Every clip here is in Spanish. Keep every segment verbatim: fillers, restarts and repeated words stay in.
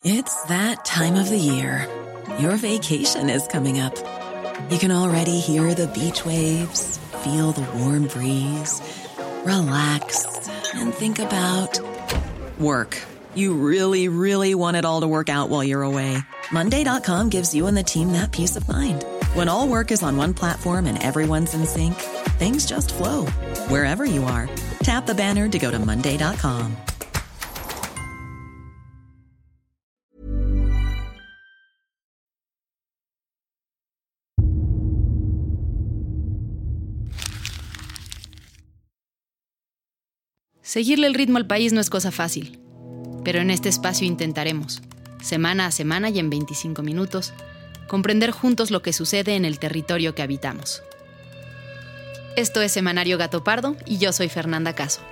It's that time of the year. Your vacation is coming up. You can already hear the beach waves, feel the warm breeze, relax, and think about work. You really, really want it all to work out while you're away. Monday dot com gives you and the team that peace of mind. When all work is on one platform and everyone's in sync, things just flow. Wherever you are, tap the banner to go to Monday dot com. Seguirle el ritmo al país no es cosa fácil, pero en este espacio intentaremos, semana a semana y en veinticinco minutos, comprender juntos lo que sucede en el territorio que habitamos. Esto es Semanario Gato Pardo y yo soy Fernanda Caso.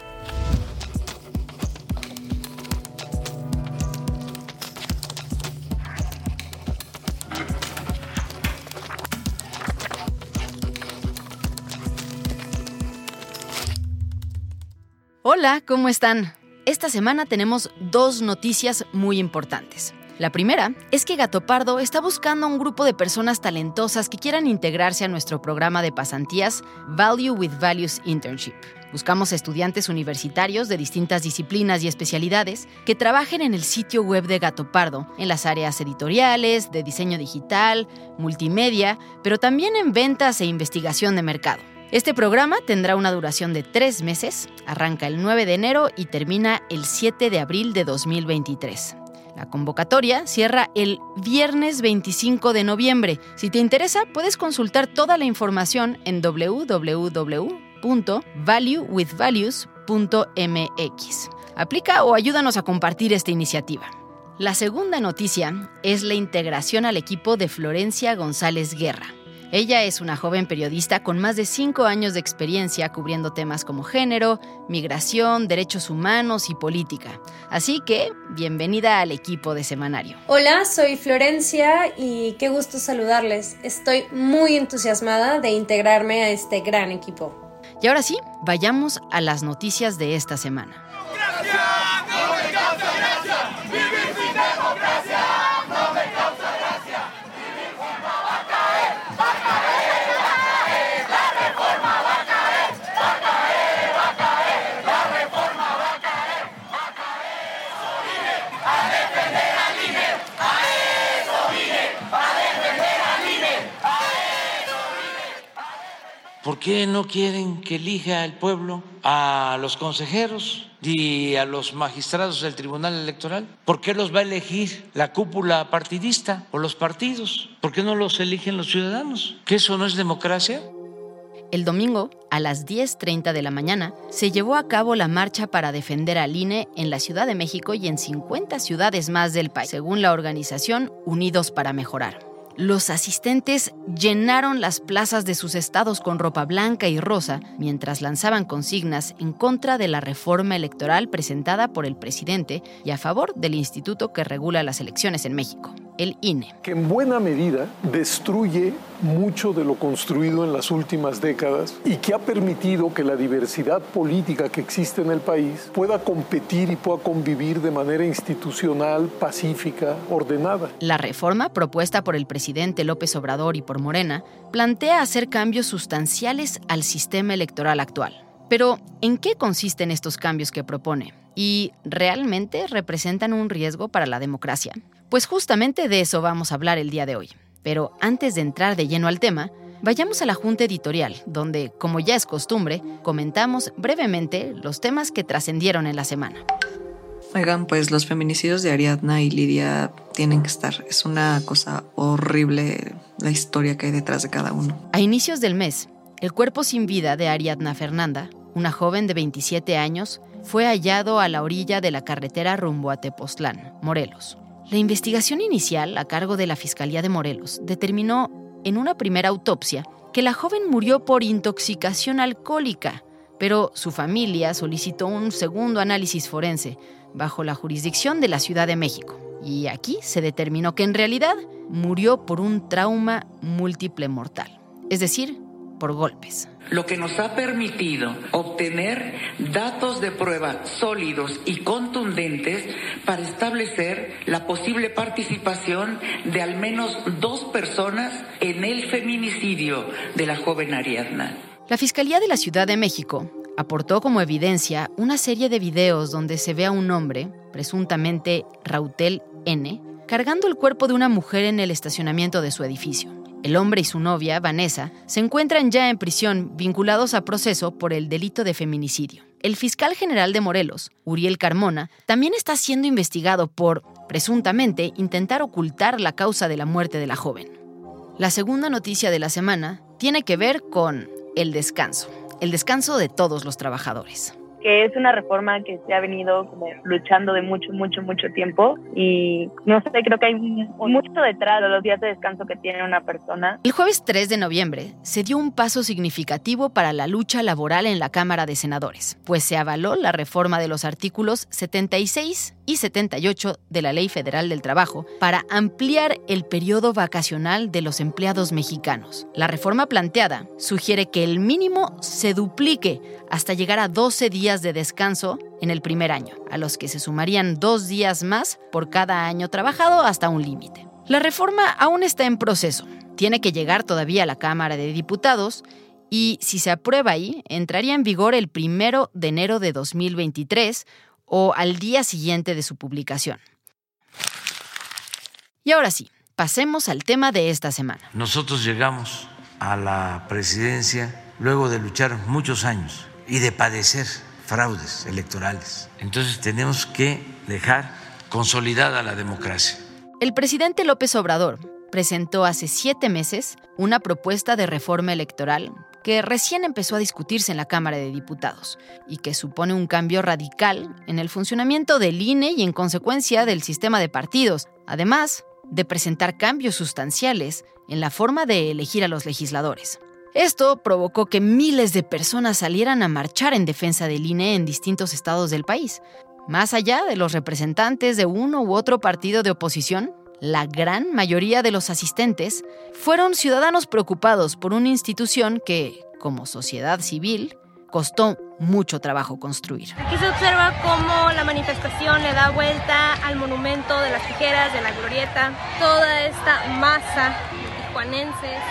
Hola, ¿cómo están? Esta semana tenemos dos noticias muy importantes. La primera es que Gato Pardo está buscando a un grupo de personas talentosas que quieran integrarse a nuestro programa de pasantías Value with Values Internship. Buscamos estudiantes universitarios de distintas disciplinas y especialidades que trabajen en el sitio web de Gato Pardo, en las áreas editoriales, de diseño digital, multimedia, pero también en ventas e investigación de mercado. Este programa tendrá una duración de tres meses, arranca el nueve de enero y termina el siete de abril de dos mil veintitrés. La convocatoria cierra el viernes veinticinco de noviembre. Si te interesa, puedes consultar toda la información en doble u doble u doble u punto value with values punto m x. Aplica o ayúdanos a compartir esta iniciativa. La segunda noticia es la integración al equipo de Florencia González Guerra. Ella es una joven periodista con más de cinco años de experiencia cubriendo temas como género, migración, derechos humanos y política. Así que, bienvenida al equipo de Semanario. Hola, soy Florencia y qué gusto saludarles. Estoy muy entusiasmada de integrarme a este gran equipo. Y ahora sí, vayamos a las noticias de esta semana. ¡Democracia! ¡No me causa gracia! ¡Vivir sin democracia! ¡No me causa gracia! ¡Mi reforma va a caer! ¡Va a caer! ¡Va a caer! ¡La reforma va a caer! ¡Va a caer! ¡Va a caer! ¡La reforma va a caer! ¡Va a caer! ¡Eso vine! ¡A defender al I N E! ¡A eso vine! ¡A defender al I N E! ¡A eso vine! ¿Por qué no quieren que elija el pueblo a los consejeros y a los magistrados del Tribunal Electoral? ¿Por qué los va a elegir la cúpula partidista o los partidos? ¿Por qué no los eligen los ciudadanos? ¿Que eso no es democracia? El domingo, a las diez treinta de la mañana, se llevó a cabo la marcha para defender al I N E en la Ciudad de México y en cincuenta ciudades más del país, según la organización Unidos para Mejorar. Los asistentes llenaron las plazas de sus estados con ropa blanca y rosa mientras lanzaban consignas en contra de la reforma electoral presentada por el presidente y a favor del instituto que regula las elecciones en México, el I N E. Que en buena medida destruye mucho de lo construido en las últimas décadas y que ha permitido que la diversidad política que existe en el país pueda competir y pueda convivir de manera institucional, pacífica, ordenada. La reforma propuesta por el presidente López Obrador y por Morena plantea hacer cambios sustanciales al sistema electoral actual. Pero, ¿en qué consisten estos cambios que propone? ¿Y realmente representan un riesgo para la democracia? Pues justamente de eso vamos a hablar el día de hoy. Pero antes de entrar de lleno al tema, vayamos a la junta editorial, donde, como ya es costumbre, comentamos brevemente los temas que trascendieron en la semana. Oigan, pues los feminicidios de Ariadna y Lidia tienen que estar. Es una cosa horrible la historia que hay detrás de cada uno. A inicios del mes, el cuerpo sin vida de Ariadna Fernanda, una joven de veintisiete años, fue hallado a la orilla de la carretera rumbo a Tepoztlán, Morelos. La investigación inicial, a cargo de la Fiscalía de Morelos, determinó en una primera autopsia que la joven murió por intoxicación alcohólica, pero su familia solicitó un segundo análisis forense bajo la jurisdicción de la Ciudad de México. Y aquí se determinó que en realidad murió por un trauma múltiple mortal, es decir, por golpes. Lo que nos ha permitido obtener datos de prueba sólidos y contundentes para establecer la posible participación de al menos dos personas en el feminicidio de la joven Ariadna. La Fiscalía de la Ciudad de México aportó como evidencia una serie de videos donde se ve a un hombre, presuntamente Rautel N., cargando el cuerpo de una mujer en el estacionamiento de su edificio. El hombre y su novia, Vanessa, se encuentran ya en prisión vinculados a proceso por el delito de feminicidio. El fiscal general de Morelos, Uriel Carmona, también está siendo investigado por, presuntamente, intentar ocultar la causa de la muerte de la joven. La segunda noticia de la semana tiene que ver con el descanso, el descanso de todos los trabajadores. Que es una reforma que se ha venido como luchando de mucho, mucho, mucho tiempo y no sé, creo que hay mucho detrás de los días de descanso que tiene una persona. El jueves tres de noviembre se dio un paso significativo para la lucha laboral en la Cámara de Senadores, pues se avaló la reforma de los artículos setenta y seis y setenta y ocho de la Ley Federal del Trabajo para ampliar el periodo vacacional de los empleados mexicanos. La reforma planteada sugiere que el mínimo se duplique hasta llegar a doce días de descanso en el primer año, a los que se sumarían dos días más por cada año trabajado hasta un límite. La reforma aún está en proceso. Tiene que llegar todavía a la Cámara de Diputados y, si se aprueba ahí, entraría en vigor el primero de enero de dos mil veintitrés o al día siguiente de su publicación. Y ahora sí, pasemos al tema de esta semana. Nosotros llegamos a la presidencia luego de luchar muchos años y de padecer fraudes electorales. Entonces tenemos que dejar consolidada la democracia. El presidente López Obrador presentó hace siete meses una propuesta de reforma electoral que recién empezó a discutirse en la Cámara de Diputados y que supone un cambio radical en el funcionamiento del I N E y en consecuencia del sistema de partidos, además de presentar cambios sustanciales en la forma de elegir a los legisladores. Esto provocó que miles de personas salieran a marchar en defensa del I N E en distintos estados del país. Más allá de los representantes de uno u otro partido de oposición, la gran mayoría de los asistentes fueron ciudadanos preocupados por una institución que, como sociedad civil, costó mucho trabajo construir. Aquí se observa cómo la manifestación le da vuelta al monumento de las tijeras, de la glorieta, toda esta masa de tijuanenses.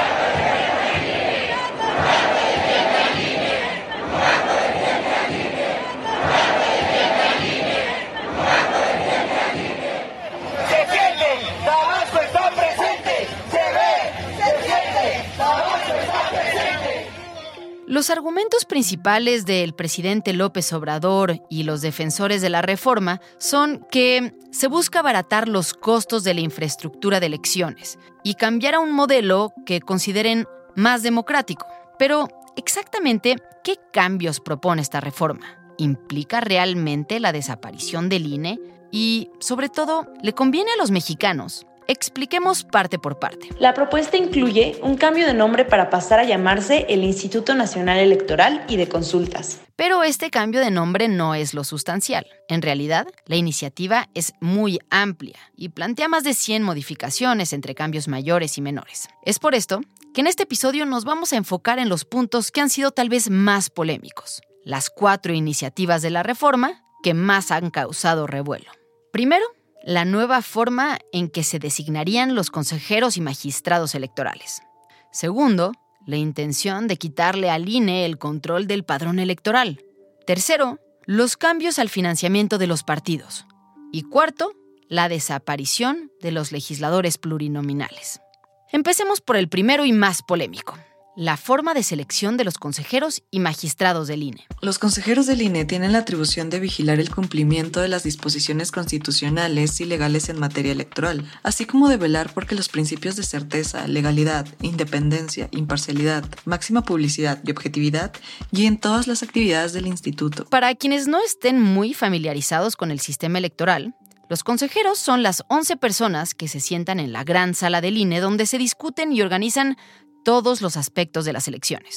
Los argumentos principales del presidente López Obrador y los defensores de la reforma son que se busca abaratar los costos de la infraestructura de elecciones y cambiar a un modelo que consideren más democrático. Pero, exactamente, ¿qué cambios propone esta reforma? ¿Implica realmente la desaparición del I N E? Y, sobre todo, ¿le conviene a los mexicanos? Expliquemos parte por parte. La propuesta incluye un cambio de nombre para pasar a llamarse el Instituto Nacional Electoral y de Consultas. Pero este cambio de nombre no es lo sustancial. En realidad, la iniciativa es muy amplia y plantea más de cien modificaciones entre cambios mayores y menores. Es por esto que en este episodio nos vamos a enfocar en los puntos que han sido tal vez más polémicos, las cuatro iniciativas de la reforma que más han causado revuelo. Primero, la nueva forma en que se designarían los consejeros y magistrados electorales. Segundo, la intención de quitarle al I N E el control del padrón electoral. Tercero, los cambios al financiamiento de los partidos. Y cuarto, la desaparición de los legisladores plurinominales. Empecemos por el primero y más polémico. La forma de selección de los consejeros y magistrados del I N E. Los consejeros del I N E tienen la atribución de vigilar el cumplimiento de las disposiciones constitucionales y legales en materia electoral, así como de velar porque los principios de certeza, legalidad, independencia, imparcialidad, máxima publicidad y objetividad guíen todas las actividades del instituto. Para quienes no estén muy familiarizados con el sistema electoral, los consejeros son las once personas que se sientan en la gran sala del I N E donde se discuten y organizan todos los aspectos de las elecciones.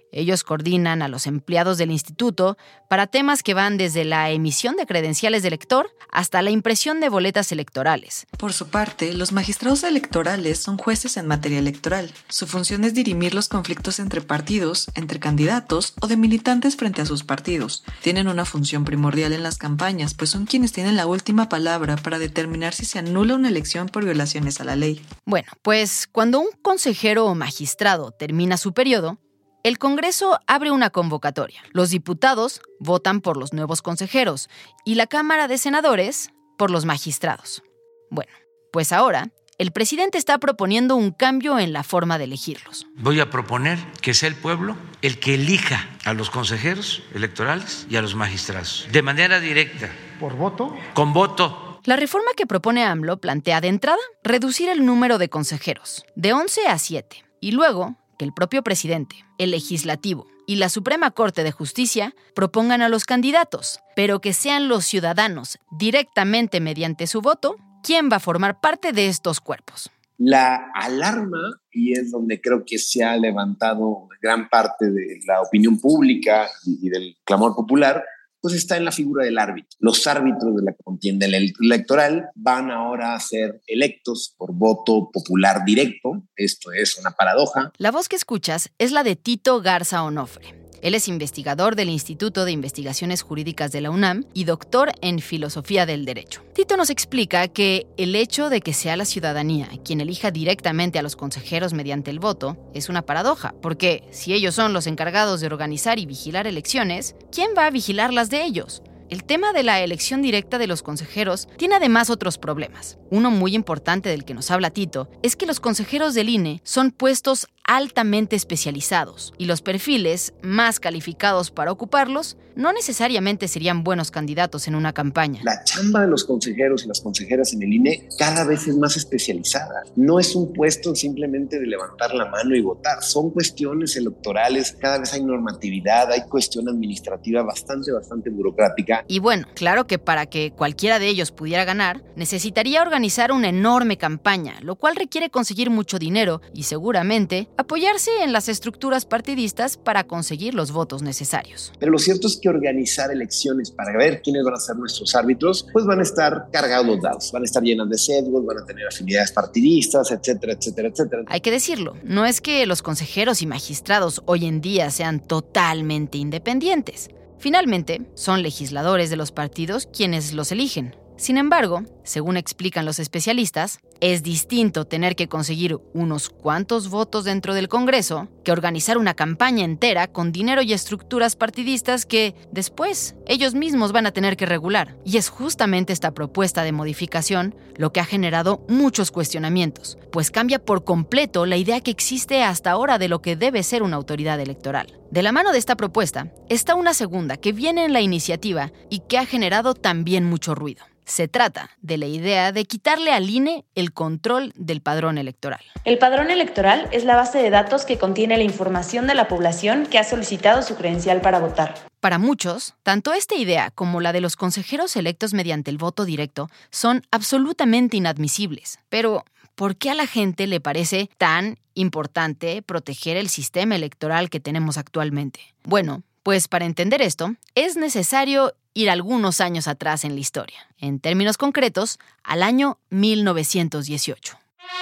Ellos coordinan a los empleados del instituto para temas que van desde la emisión de credenciales de elector hasta la impresión de boletas electorales. Por su parte, los magistrados electorales son jueces en materia electoral. Su función es dirimir los conflictos entre partidos, entre candidatos o de militantes frente a sus partidos. Tienen una función primordial en las campañas, pues son quienes tienen la última palabra para determinar si se anula una elección por violaciones a la ley. Bueno, pues cuando un consejero o magistrado termina su periodo, el Congreso abre una convocatoria. Los diputados votan por los nuevos consejeros y la Cámara de Senadores por los magistrados. Bueno, pues ahora el presidente está proponiendo un cambio en la forma de elegirlos. Voy a proponer que sea el pueblo el que elija a los consejeros electorales y a los magistrados de manera directa. ¿Por voto? Con voto. La reforma que propone AMLO plantea de entrada reducir el número de consejeros de once a siete y luego que el propio presidente, el legislativo y la Suprema Corte de Justicia propongan a los candidatos, pero que sean los ciudadanos directamente mediante su voto quién va a formar parte de estos cuerpos. La alarma, y es donde creo que se ha levantado gran parte de la opinión pública y del clamor popular, pues está en la figura del árbitro. Los árbitros de la contienda electoral van ahora a ser electos por voto popular directo. Esto es una paradoja. La voz que escuchas es la de Tito Garza Onofre. Él es investigador del Instituto de Investigaciones Jurídicas de la UNAM y doctor en Filosofía del Derecho. Tito nos explica que el hecho de que sea la ciudadanía quien elija directamente a los consejeros mediante el voto es una paradoja, porque si ellos son los encargados de organizar y vigilar elecciones, ¿quién va a vigilarlas de ellos? El tema de la elección directa de los consejeros tiene además otros problemas. Uno muy importante del que nos habla Tito es que los consejeros del I N E son puestos altamente especializados y los perfiles más calificados para ocuparlos no necesariamente serían buenos candidatos en una campaña. La chamba de los consejeros y las consejeras en el I N E cada vez es más especializada. No es un puesto simplemente de levantar la mano y votar. Son cuestiones electorales, cada vez hay normatividad, hay cuestión administrativa bastante, bastante burocrática. Y bueno, claro que para que cualquiera de ellos pudiera ganar, necesitaría organizar una enorme campaña, lo cual requiere conseguir mucho dinero y seguramente apoyarse en las estructuras partidistas para conseguir los votos necesarios. Pero lo cierto es que organizar elecciones para ver quiénes van a ser nuestros árbitros, pues van a estar cargados los dados, van a estar llenas de sesgos, van a tener afinidades partidistas, etcétera, etcétera, etcétera. Hay que decirlo, no es que los consejeros y magistrados hoy en día sean totalmente independientes. Finalmente, son legisladores de los partidos quienes los eligen. Sin embargo, según explican los especialistas, es distinto tener que conseguir unos cuantos votos dentro del Congreso que organizar una campaña entera con dinero y estructuras partidistas que, después, ellos mismos van a tener que regular. Y es justamente esta propuesta de modificación lo que ha generado muchos cuestionamientos, pues cambia por completo la idea que existe hasta ahora de lo que debe ser una autoridad electoral. De la mano de esta propuesta está una segunda que viene en la iniciativa y que ha generado también mucho ruido. Se trata de la idea de quitarle al I N E el control del padrón electoral. El padrón electoral es la base de datos que contiene la información de la población que ha solicitado su credencial para votar. Para muchos, tanto esta idea como la de los consejeros electos mediante el voto directo son absolutamente inadmisibles. Pero, ¿por qué a la gente le parece tan importante proteger el sistema electoral que tenemos actualmente? Bueno, pues para entender esto, es necesario ir algunos años atrás en la historia. En términos concretos, al año mil novecientos dieciocho.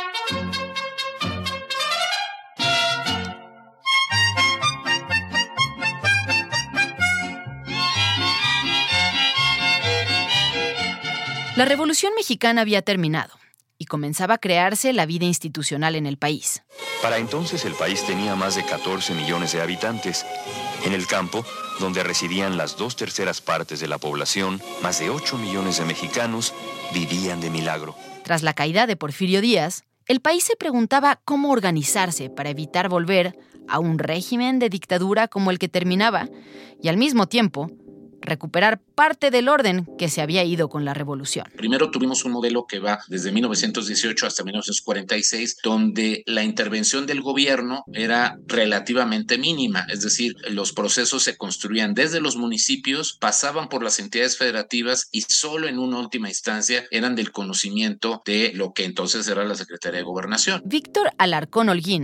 La Revolución Mexicana había terminado y comenzaba a crearse la vida institucional en el país. Para entonces el país tenía más de catorce millones de habitantes. En el campo, donde residían las dos terceras partes de la población, más de ocho millones de mexicanos vivían de milagro. Tras la caída de Porfirio Díaz, el país se preguntaba cómo organizarse para evitar volver a un régimen de dictadura como el que terminaba y al mismo tiempo recuperar parte del orden que se había ido con la revolución. Primero tuvimos un modelo que va desde mil novecientos dieciocho hasta mil novecientos cuarenta y seis, donde la intervención del gobierno era relativamente mínima, es decir, los procesos se construían desde los municipios, pasaban por las entidades federativas y solo en una última instancia eran del conocimiento de lo que entonces era la Secretaría de Gobernación. Víctor Alarcón Holguín,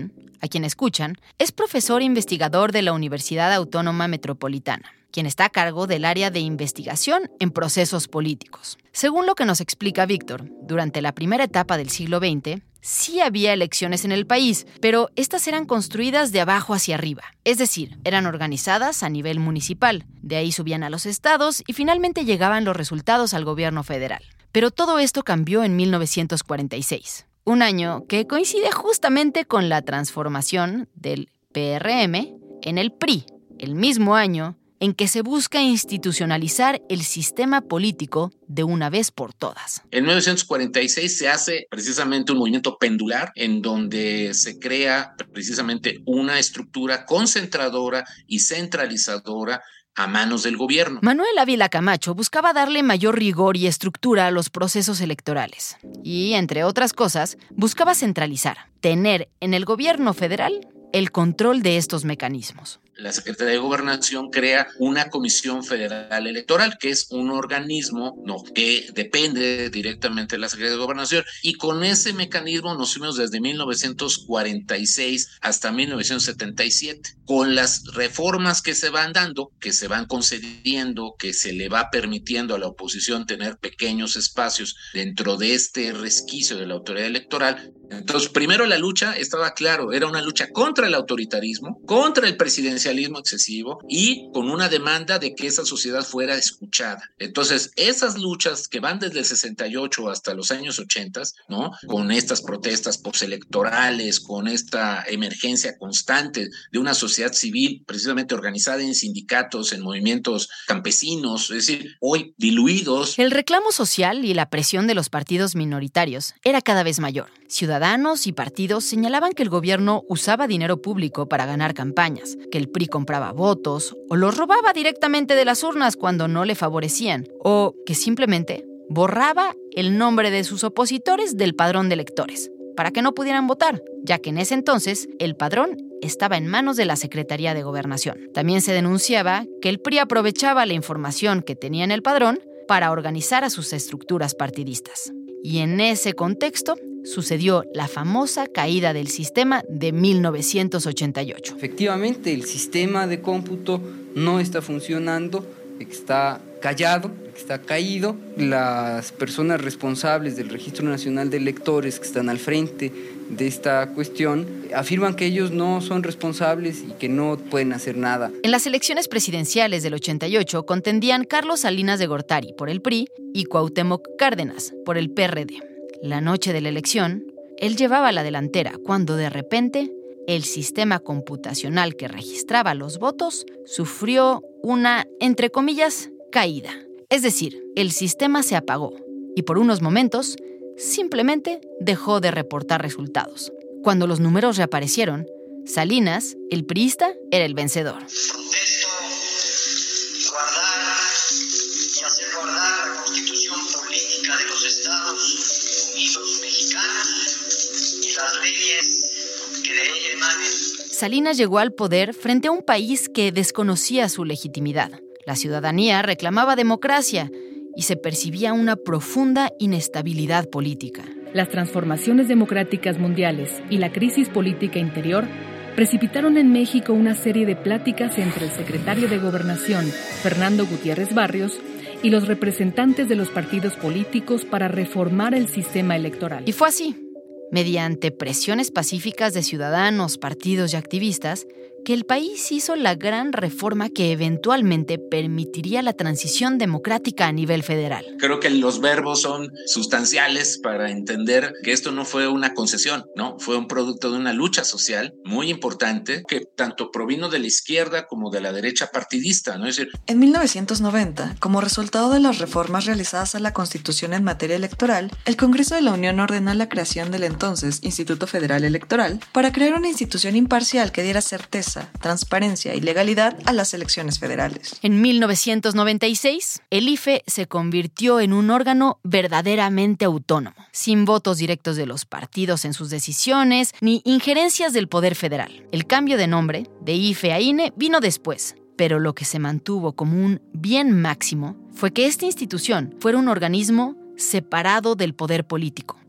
a quien escuchan, es profesor e investigador de la Universidad Autónoma Metropolitana, quien está a cargo del área de investigación en procesos políticos. Según lo que nos explica Víctor, durante la primera etapa del siglo veinte, sí había elecciones en el país, pero estas eran construidas de abajo hacia arriba. Es decir, eran organizadas a nivel municipal, de ahí subían a los estados y finalmente llegaban los resultados al gobierno federal. Pero todo esto cambió en mil novecientos cuarenta y seis, un año que coincide justamente con la transformación del P R M en el P R I, el mismo año en que se busca institucionalizar el sistema político de una vez por todas. En mil novecientos cuarenta y seis se hace precisamente un movimiento pendular en donde se crea precisamente una estructura concentradora y centralizadora a manos del gobierno. Manuel Ávila Camacho buscaba darle mayor rigor y estructura a los procesos electorales y, entre otras cosas, buscaba centralizar, tener en el gobierno federal el control de estos mecanismos. La Secretaría de Gobernación crea una Comisión Federal Electoral, que es un organismo no, que depende directamente de la Secretaría de Gobernación, y con ese mecanismo nos fuimos desde mil novecientos cuarenta y seis hasta mil novecientos setenta y siete. Con las reformas que se van dando, que se van concediendo, que se le va permitiendo a la oposición tener pequeños espacios dentro de este resquicio de la autoridad electoral. Entonces, primero la lucha estaba claro, era una lucha contra el autoritarismo, contra el presidencialismo excesivo y con una demanda de que esa sociedad fuera escuchada. Entonces, esas luchas que van desde el sesenta y ocho hasta los años ochenta, ¿no? Con estas protestas postelectorales, con esta emergencia constante de una sociedad civil precisamente organizada en sindicatos, en movimientos campesinos, es decir, hoy diluidos. El reclamo social y la presión de los partidos minoritarios era cada vez mayor. Ciudadanos y partidos señalaban que el gobierno usaba dinero público para ganar campañas, que el P R I compraba votos o los robaba directamente de las urnas cuando no le favorecían, o que simplemente borraba el nombre de sus opositores del padrón de electores, para que no pudieran votar, ya que en ese entonces el padrón estaba en manos de la Secretaría de Gobernación. También se denunciaba que el P R I aprovechaba la información que tenía en el padrón para organizar a sus estructuras partidistas. Y en ese contexto sucedió la famosa caída del sistema de mil novecientos ochenta y ocho. Efectivamente, el sistema de cómputo no está funcionando, está callado, está caído. Las personas responsables del Registro Nacional de Electores que están al frente de esta cuestión afirman que ellos no son responsables y que no pueden hacer nada. En las elecciones presidenciales del ochenta y ocho contendían Carlos Salinas de Gortari por el P R I y Cuauhtémoc Cárdenas por el P R D. La noche de la elección, él llevaba la delantera cuando de repente el sistema computacional que registraba los votos sufrió una, entre comillas, caída. Es decir, el sistema se apagó y por unos momentos simplemente dejó de reportar resultados. Cuando los números reaparecieron, Salinas, el priista, era el vencedor. Protesto guardar y hacer guardar la Constitución política de los Estados Unidos mexicanos y las leyes que de ella emanen. Salinas llegó al poder frente a un país que desconocía su legitimidad. La ciudadanía reclamaba democracia y se percibía una profunda inestabilidad política. Las transformaciones democráticas mundiales y la crisis política interior precipitaron en México una serie de pláticas entre el secretario de Gobernación, Fernando Gutiérrez Barrios, y los representantes de los partidos políticos para reformar el sistema electoral. Y fue así, mediante presiones pacíficas de ciudadanos, partidos y activistas, que el país hizo la gran reforma que eventualmente permitiría la transición democrática a nivel federal. Creo que los verbos son sustanciales para entender que esto no fue una concesión, ¿no? Fue un producto de una lucha social muy importante que tanto provino de la izquierda como de la derecha partidista, ¿no? Es decir, en mil novecientos noventa, como resultado de las reformas realizadas a la Constitución en materia electoral, el Congreso de la Unión ordenó la creación del entonces Instituto Federal Electoral para crear una institución imparcial que diera certeza, transparencia y legalidad a las elecciones federales. En mil novecientos noventa y seis, el I F E se convirtió en un órgano verdaderamente autónomo, sin votos directos de los partidos en sus decisiones ni injerencias del poder federal. El cambio de nombre, de I F E a I N E, vino después, pero lo que se mantuvo como un bien máximo fue que esta institución fuera un organismo separado del poder político,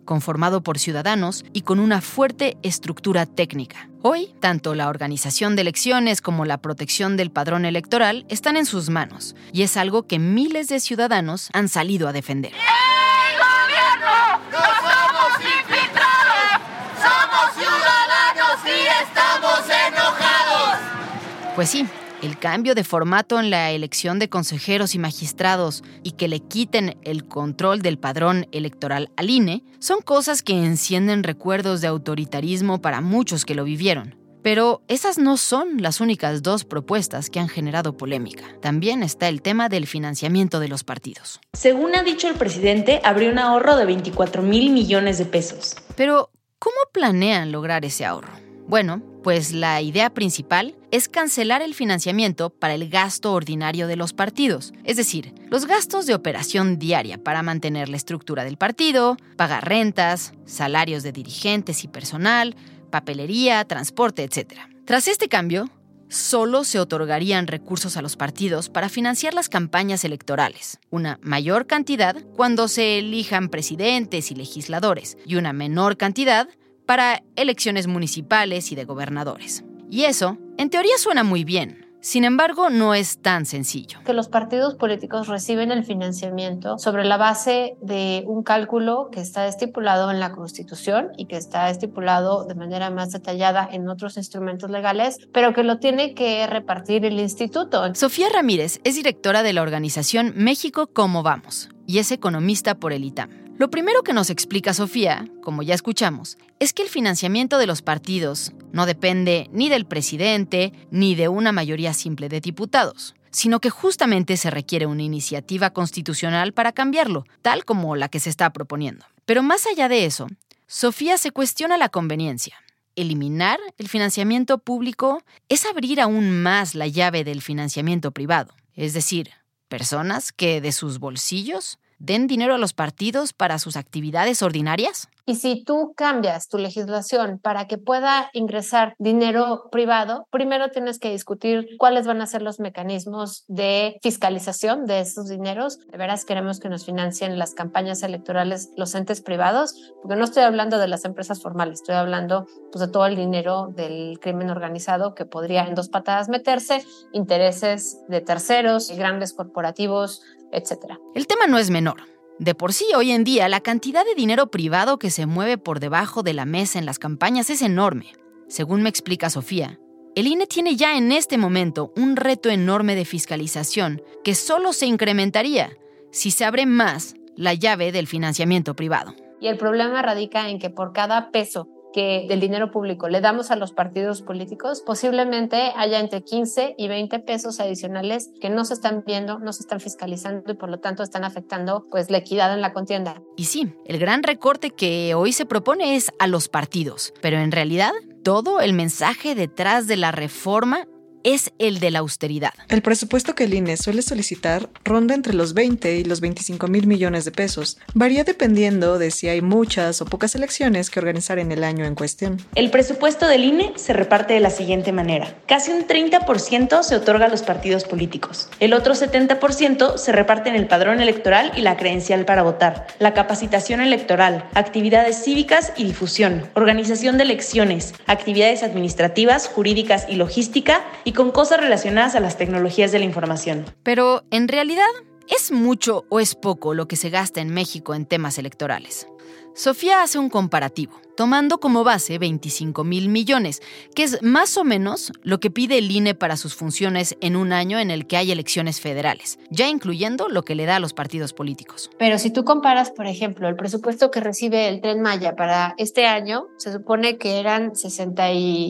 conformado por ciudadanos y con una fuerte estructura técnica. Hoy, tanto la organización de elecciones como la protección del padrón electoral están en sus manos, y es algo que miles de ciudadanos han salido a defender. ¡El gobierno! ¡No somos infiltrados! ¡Somos ciudadanos y estamos enojados! Pues sí, el cambio de formato en la elección de consejeros y magistrados y que le quiten el control del padrón electoral al I N E son cosas que encienden recuerdos de autoritarismo para muchos que lo vivieron. Pero esas no son las únicas dos propuestas que han generado polémica. También está el tema del financiamiento de los partidos. Según ha dicho el presidente, habría un ahorro de veinticuatro mil millones de pesos. Pero, ¿cómo planean lograr ese ahorro? Bueno, pues la idea principal es cancelar el financiamiento para el gasto ordinario de los partidos, es decir, los gastos de operación diaria para mantener la estructura del partido, pagar rentas, salarios de dirigentes y personal, papelería, transporte, etcétera. Tras este cambio, solo se otorgarían recursos a los partidos para financiar las campañas electorales, una mayor cantidad cuando se elijan presidentes y legisladores, y una menor cantidad para elecciones municipales y de gobernadores. Y eso, en teoría, suena muy bien. Sin embargo, no es tan sencillo. Que los partidos políticos reciben el financiamiento sobre la base de un cálculo que está estipulado en la Constitución y que está estipulado de manera más detallada en otros instrumentos legales, pero que lo tiene que repartir el instituto. Sofía Ramírez es directora de la organización México Cómo Vamos y es economista por el I T A M. Lo primero que nos explica Sofía, como ya escuchamos, es que el financiamiento de los partidos no depende ni del presidente ni de una mayoría simple de diputados, sino que justamente se requiere una iniciativa constitucional para cambiarlo, tal como la que se está proponiendo. Pero más allá de eso, Sofía se cuestiona la conveniencia. Eliminar el financiamiento público es abrir aún más la llave del financiamiento privado, es decir, personas que de sus bolsillos den dinero a los partidos para sus actividades ordinarias? Y si tú cambias tu legislación para que pueda ingresar dinero privado, primero tienes que discutir cuáles van a ser los mecanismos de fiscalización de esos dineros. ¿De veras queremos que nos financien las campañas electorales los entes privados? Porque no estoy hablando de las empresas formales, estoy hablando pues, de todo el dinero del crimen organizado que podría en dos patadas meterse, intereses de terceros, grandes corporativos, etcétera. El tema no es menor. De por sí, hoy en día, la cantidad de dinero privado que se mueve por debajo de la mesa en las campañas es enorme. Según me explica Sofía, el I N E tiene ya en este momento un reto enorme de fiscalización que solo se incrementaría si se abre más la llave del financiamiento privado. Y el problema radica en que por cada peso que del dinero público le damos a los partidos políticos, posiblemente haya entre quince y veinte pesos adicionales que no se están viendo, no se están fiscalizando y por lo tanto están afectando pues, la equidad en la contienda. Y sí, el gran recorte que hoy se propone es a los partidos, pero en realidad todo el mensaje detrás de la reforma es el de la austeridad. El presupuesto que el I N E suele solicitar ronda entre los veinte y los veinticinco mil millones de pesos. Varía dependiendo de si hay muchas o pocas elecciones que organizar en el año en cuestión. El presupuesto del I N E se reparte de la siguiente manera. Casi un treinta por ciento se otorga a los partidos políticos. El otro setenta por ciento se reparte en el padrón electoral y la credencial para votar, la capacitación electoral, actividades cívicas y difusión, organización de elecciones, actividades administrativas, jurídicas y logística, y con cosas relacionadas a las tecnologías de la información. Pero, en realidad, ¿es mucho o es poco lo que se gasta en México en temas electorales? Sofía hace un comparativo, tomando como base veinticinco mil millones, que es más o menos lo que pide el I N E para sus funciones en un año en el que hay elecciones federales, ya incluyendo lo que le da a los partidos políticos. Pero si tú comparas, por ejemplo, el presupuesto que recibe el Tren Maya para este año, se supone que eran sesenta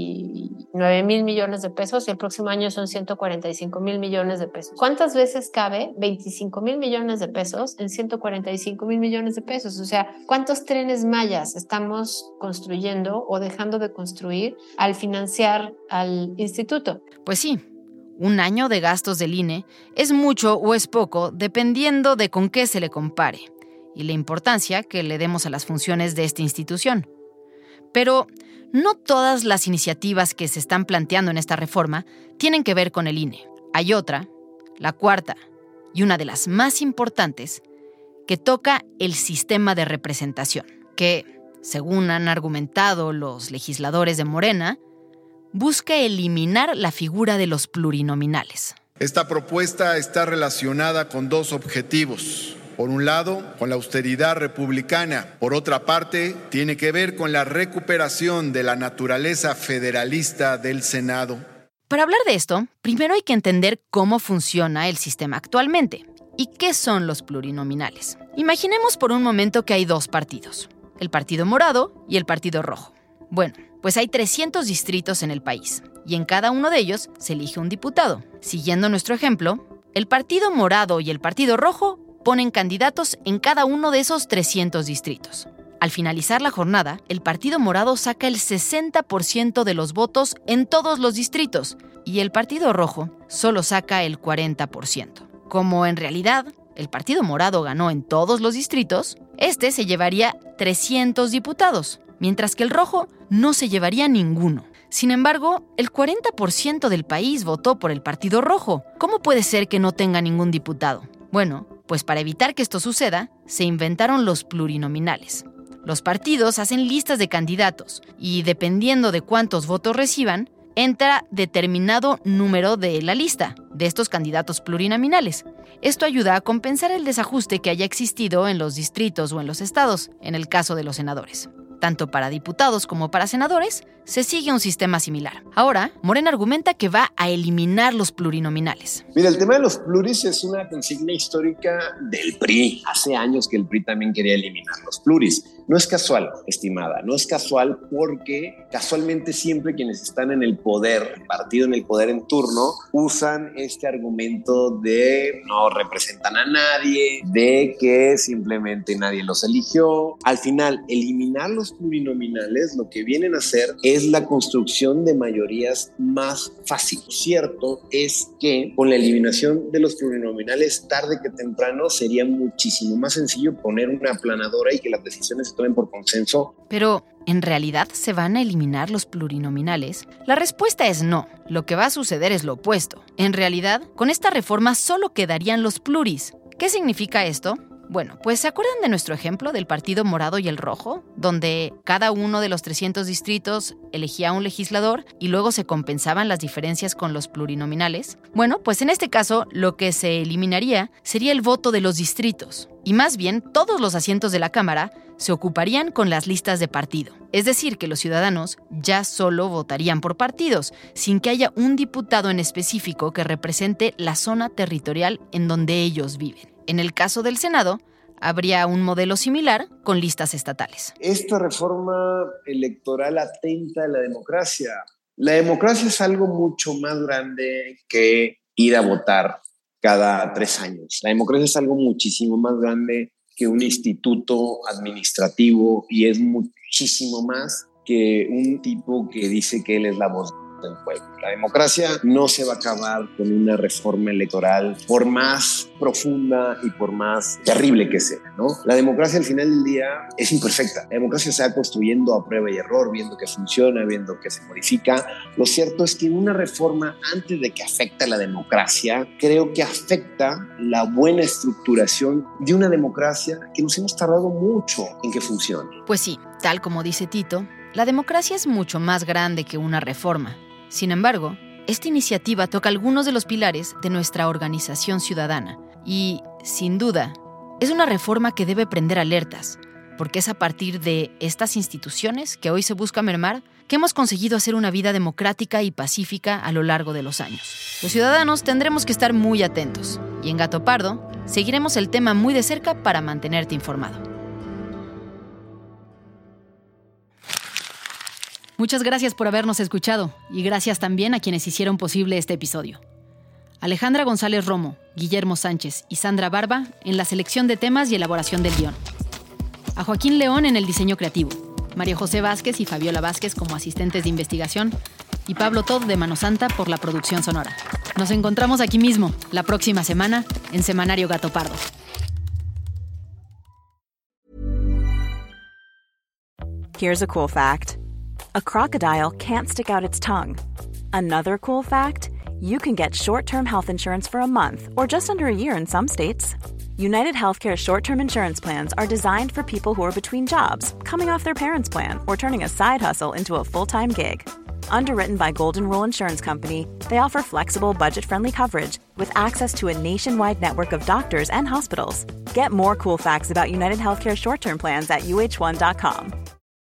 y nueve mil millones de pesos y el próximo año son ciento cuarenta y cinco mil millones de pesos. ¿Cuántas veces cabe veinticinco mil millones de pesos en ciento cuarenta y cinco mil millones de pesos? O sea, ¿cuántos trenes mayas estamos construyendo o dejando de construir al financiar al instituto? Pues sí, un año de gastos del I N E es mucho o es poco dependiendo de con qué se le compare y la importancia que le demos a las funciones de esta institución. Pero no todas las iniciativas que se están planteando en esta reforma tienen que ver con el I N E. Hay otra, la cuarta, y una de las más importantes, que toca el sistema de representación. que, según han argumentado los legisladores de Morena, busca eliminar la figura de los plurinominales. Esta propuesta está relacionada con dos objetivos. Por un lado, con la austeridad republicana. Por otra parte, tiene que ver con la recuperación de la naturaleza federalista del Senado. Para hablar de esto, primero hay que entender cómo funciona el sistema actualmente y qué son los plurinominales. Imaginemos por un momento que hay dos partidos, el Partido Morado y el Partido Rojo. Bueno, pues hay trescientos distritos en el país y en cada uno de ellos se elige un diputado. Siguiendo nuestro ejemplo, el Partido Morado y el Partido Rojo ponen candidatos en cada uno de esos trescientos distritos. Al finalizar la jornada, el Partido Morado saca el sesenta por ciento de los votos en todos los distritos y el Partido Rojo solo saca el cuarenta por ciento. Como en realidad el Partido Morado ganó en todos los distritos, este se llevaría trescientos diputados, mientras que el Rojo no se llevaría ninguno. Sin embargo, el cuarenta por ciento del país votó por el Partido Rojo. ¿Cómo puede ser que no tenga ningún diputado? Bueno, pues para evitar que esto suceda, se inventaron los plurinominales. Los partidos hacen listas de candidatos y, dependiendo de cuántos votos reciban, entra determinado número de la lista de estos candidatos plurinominales. Esto ayuda a compensar el desajuste que haya existido en los distritos o en los estados, en el caso de los senadores. Tanto para diputados como para senadores, se sigue un sistema similar. Ahora, Morena argumenta que va a eliminar los plurinominales. Mira, el tema de los pluris es una consigna histórica del P R I. Hace años que el P R I también quería eliminar los pluris. No es casual, estimada, no es casual porque casualmente siempre quienes están en el poder, el partido en el poder en turno, usan este argumento de no representan a nadie, de que simplemente nadie los eligió. Al final, eliminar los plurinominales lo que vienen a hacer es la construcción de mayorías más fácil. Cierto es que con la eliminación de los plurinominales, tarde que temprano, sería muchísimo más sencillo poner una aplanadora y que las decisiones se tomen por consenso. Pero, ¿en realidad se van a eliminar los plurinominales? La respuesta es no. Lo que va a suceder es lo opuesto. En realidad, con esta reforma solo quedarían los pluris. ¿Qué significa esto? Bueno, pues ¿se acuerdan de nuestro ejemplo del Partido Morado y el Rojo? Donde cada uno de los trescientos distritos elegía a un legislador y luego se compensaban las diferencias con los plurinominales. Bueno, pues en este caso lo que se eliminaría sería el voto de los distritos. Y más bien, todos los asientos de la Cámara se ocuparían con las listas de partido. Es decir, que los ciudadanos ya solo votarían por partidos, sin que haya un diputado en específico que represente la zona territorial en donde ellos viven. En el caso del Senado, habría un modelo similar con listas estatales. Esta reforma electoral atenta a la democracia. La democracia es algo mucho más grande que ir a votar cada tres años. La democracia es algo muchísimo más grande que un instituto administrativo y es muchísimo más que un tipo que dice que él es la voz del pueblo. La democracia no se va a acabar con una reforma electoral, por más profunda y por más terrible que sea, ¿no? La democracia al final del día es imperfecta. La democracia se va construyendo a prueba y error, viendo que funciona, viendo que se modifica. Lo cierto es que una reforma, antes de que afecte a la democracia, creo que afecta la buena estructuración de una democracia que nos hemos tardado mucho en que funcione. Pues sí, tal como dice Tito, la democracia es mucho más grande que una reforma. Sin embargo, esta iniciativa toca algunos de los pilares de nuestra organización ciudadana y, sin duda, es una reforma que debe prender alertas, porque es a partir de estas instituciones que hoy se busca mermar que hemos conseguido hacer una vida democrática y pacífica a lo largo de los años. Los ciudadanos tendremos que estar muy atentos y en Gato Pardo seguiremos el tema muy de cerca para mantenerte informado. Muchas gracias por habernos escuchado y gracias también a quienes hicieron posible este episodio. Alejandra González Romo, Guillermo Sánchez y Sandra Barba en la selección de temas y elaboración del guión. A Joaquín León en el diseño creativo, María José Vázquez y Fabiola Vázquez como asistentes de investigación y Pablo Todd de Mano Santa por la producción sonora. Nos encontramos aquí mismo, la próxima semana, en Semanario Gato Pardo. Here's a cool fact. A crocodile can't stick out its tongue. Another cool fact, you can get short-term health insurance for a month or just under a year in some states. United Healthcare short-term insurance plans are designed for people who are between jobs, coming off their parents' plan, or turning a side hustle into a full-time gig. Underwritten by Golden Rule Insurance Company, they offer flexible, budget-friendly coverage with access to a nationwide network of doctors and hospitals. Get more cool facts about United Healthcare short-term plans at U H one dot com.